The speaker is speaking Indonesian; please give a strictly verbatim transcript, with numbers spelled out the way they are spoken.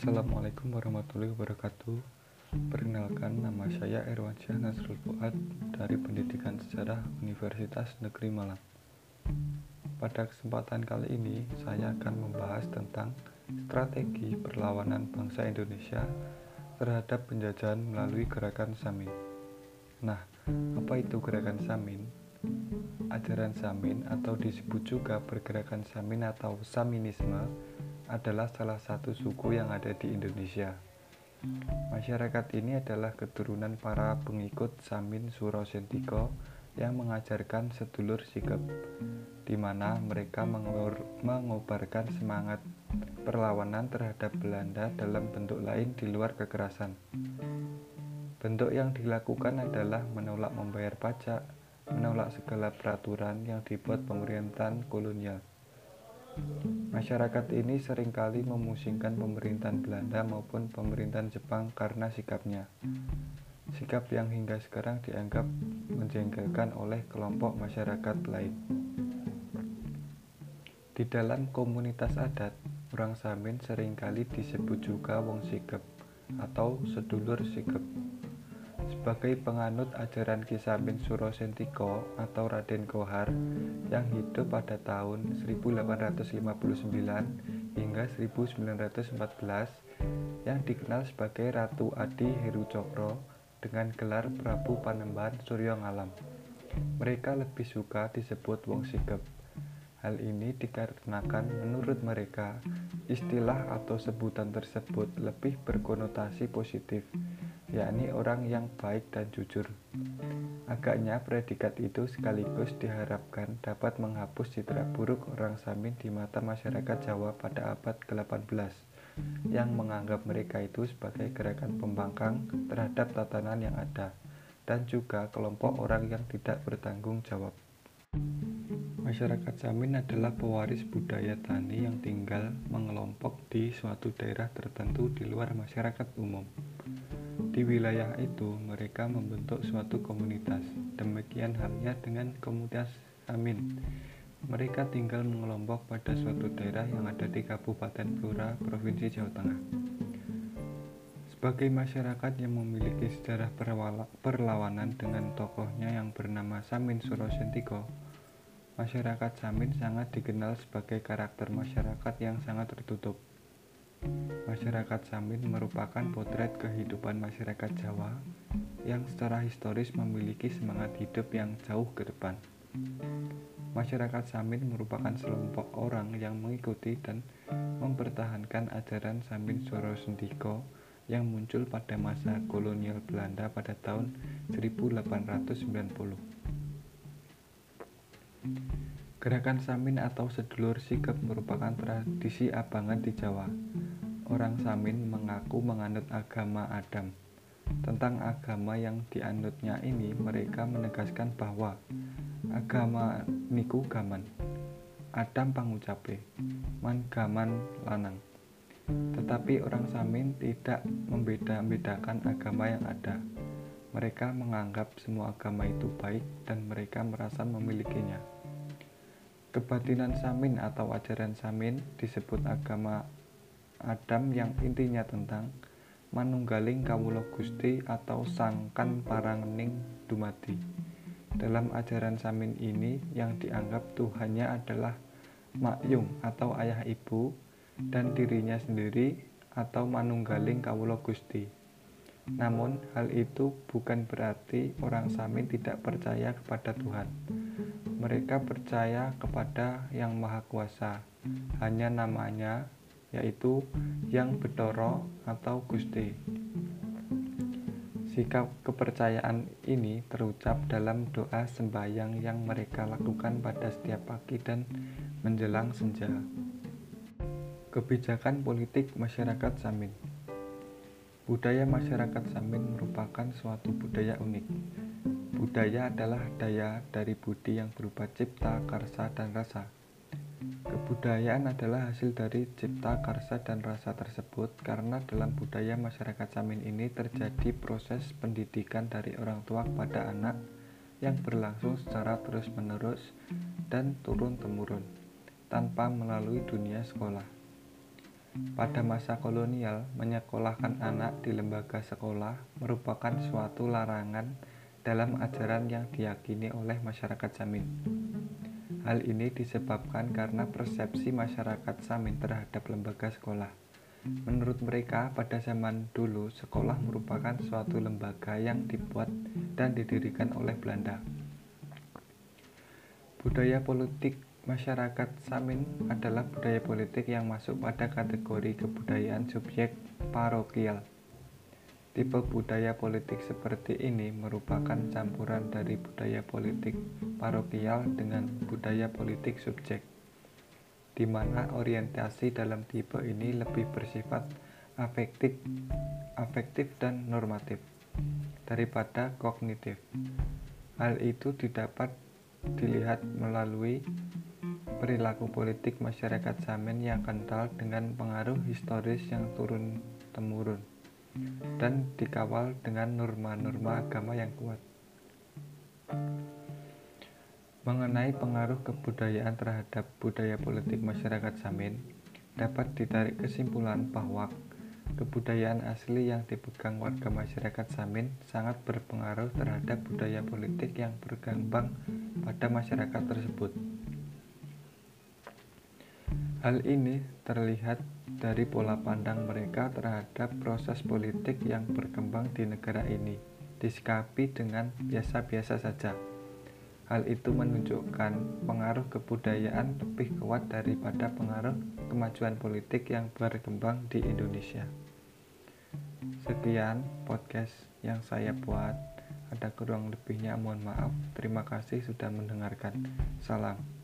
Assalamualaikum warahmatullahi wabarakatuh. Perkenalkan, nama saya Irwansyah Nasrul Fuad dari Pendidikan Sejarah Universitas Negeri Malang. Pada kesempatan kali ini, saya akan membahas tentang strategi perlawanan bangsa Indonesia terhadap penjajahan melalui gerakan Samin. Nah, apa itu gerakan Samin? Ajaran Samin atau disebut juga pergerakan Samin atau Saminisme adalah salah satu suku yang ada di Indonesia. Masyarakat ini adalah keturunan para pengikut Samin Suro Sentiko yang mengajarkan sedulur sikap, di mana mereka mengobarkan semangat perlawanan terhadap Belanda dalam bentuk lain di luar kekerasan. Bentuk yang dilakukan adalah menolak membayar pajak, menolak segala peraturan yang dibuat pemerintahan kolonial. Masyarakat ini seringkali memusingkan pemerintahan Belanda maupun pemerintahan Jepang karena sikapnya. Sikap yang hingga sekarang dianggap menjengkelkan oleh kelompok masyarakat lain. Di dalam komunitas adat, orang Samin seringkali disebut juga wong sikep atau sedulur sikep. Sebagai penganut ajaran Ki Samin Suro Sentiko atau Raden Kohar yang hidup pada tahun seribu delapan ratus lima puluh sembilan hingga seribu sembilan ratus empat belas, yang dikenal sebagai Ratu Adi Heru Cokro dengan gelar Prabu Panembahan Suryo Ngalam. Mereka lebih suka disebut wong sikep. Hal ini dikarenakan menurut mereka istilah atau sebutan tersebut lebih berkonotasi positif, yakni orang yang baik dan jujur. Agaknya predikat itu sekaligus diharapkan dapat menghapus citra buruk orang Samin di mata masyarakat Jawa pada abad ke delapan belas, yang menganggap mereka itu sebagai gerakan pembangkang terhadap tatanan yang ada, dan juga kelompok orang yang tidak bertanggung jawab. Masyarakat Samin adalah pewaris budaya tani yang tinggal mengelompok di suatu daerah tertentu di luar masyarakat umum. Di wilayah itu, mereka membentuk suatu komunitas. Demikian halnya dengan komunitas Samin. Mereka tinggal mengelompok pada suatu daerah yang ada di Kabupaten Blora, Provinsi Jawa Tengah. Sebagai masyarakat yang memiliki sejarah perlawanan dengan tokohnya yang bernama Samin Suro Sentiko, masyarakat Samin sangat dikenal sebagai karakter masyarakat yang sangat tertutup. Masyarakat Samin merupakan potret kehidupan masyarakat Jawa yang secara historis memiliki semangat hidup yang jauh ke depan. Masyarakat Samin merupakan sekelompok orang yang mengikuti dan mempertahankan ajaran Samin Suro Sentiko yang muncul pada masa kolonial Belanda pada tahun seribu delapan ratus sembilan puluh. Gerakan Samin atau sedulur sikap merupakan tradisi abangan di Jawa. Orang Samin mengaku menganut agama Adam. Tentang agama yang dianutnya ini, mereka menegaskan bahwa agama niku gaman, Adam pangucape, man gaman lanang. Tetapi orang Samin tidak membeda-bedakan agama yang ada. Mereka menganggap semua agama itu baik dan mereka merasa memilikinya. Kebatinan Samin atau ajaran Samin disebut agama Adam yang intinya tentang manunggaling kawula Gusti atau sangkan parangening dumadi. Dalam ajaran Samin ini yang dianggap Tuhannya adalah Makyung atau ayah ibu dan dirinya sendiri atau manunggaling kawula Gusti. Namun hal itu bukan berarti orang Samin tidak percaya kepada Tuhan. Mereka percaya kepada Yang Maha Kuasa, hanya namanya yaitu Yang Betoro atau Gusti. Sikap kepercayaan ini terucap dalam doa sembahyang yang mereka lakukan pada setiap pagi dan menjelang senja. Kebijakan politik masyarakat Samin. Budaya masyarakat Samin merupakan suatu budaya unik. Budaya adalah daya dari budi yang berupa cipta, karsa, dan rasa. Kebudayaan adalah hasil dari cipta, karsa, dan rasa tersebut karena dalam budaya masyarakat Samin ini terjadi proses pendidikan dari orang tua kepada anak yang berlangsung secara terus-menerus dan turun-temurun tanpa melalui dunia sekolah. Pada masa kolonial, menyekolahkan anak di lembaga sekolah merupakan suatu larangan dalam ajaran yang diyakini oleh masyarakat Samin. Hal ini disebabkan karena persepsi masyarakat Samin terhadap lembaga sekolah. Menurut mereka, pada zaman dulu, sekolah merupakan suatu lembaga yang dibuat dan didirikan oleh Belanda. Budaya politik masyarakat Samin adalah budaya politik yang masuk pada kategori kebudayaan subjek parokial. Tipe budaya politik seperti ini merupakan campuran dari budaya politik parokial dengan budaya politik subjek, di mana orientasi dalam tipe ini lebih bersifat afektif, afektif dan normatif daripada kognitif. Hal itu didapat dilihat melalui perilaku politik masyarakat Samin yang kental dengan pengaruh historis yang turun-temurun dan dikawal dengan norma-norma agama yang kuat. Mengenai pengaruh kebudayaan terhadap budaya politik masyarakat Samin, dapat ditarik kesimpulan bahwa kebudayaan asli yang dipegang warga masyarakat Samin sangat berpengaruh terhadap budaya politik yang berkembang pada masyarakat tersebut. Hal ini terlihat dari pola pandang mereka terhadap proses politik yang berkembang di negara ini, disikapi dengan biasa-biasa saja. Hal itu menunjukkan pengaruh kebudayaan lebih kuat daripada pengaruh kemajuan politik yang berkembang di Indonesia. Sekian podcast yang saya buat. Ada kurang lebihnya mohon maaf. Terima kasih sudah mendengarkan. Salam.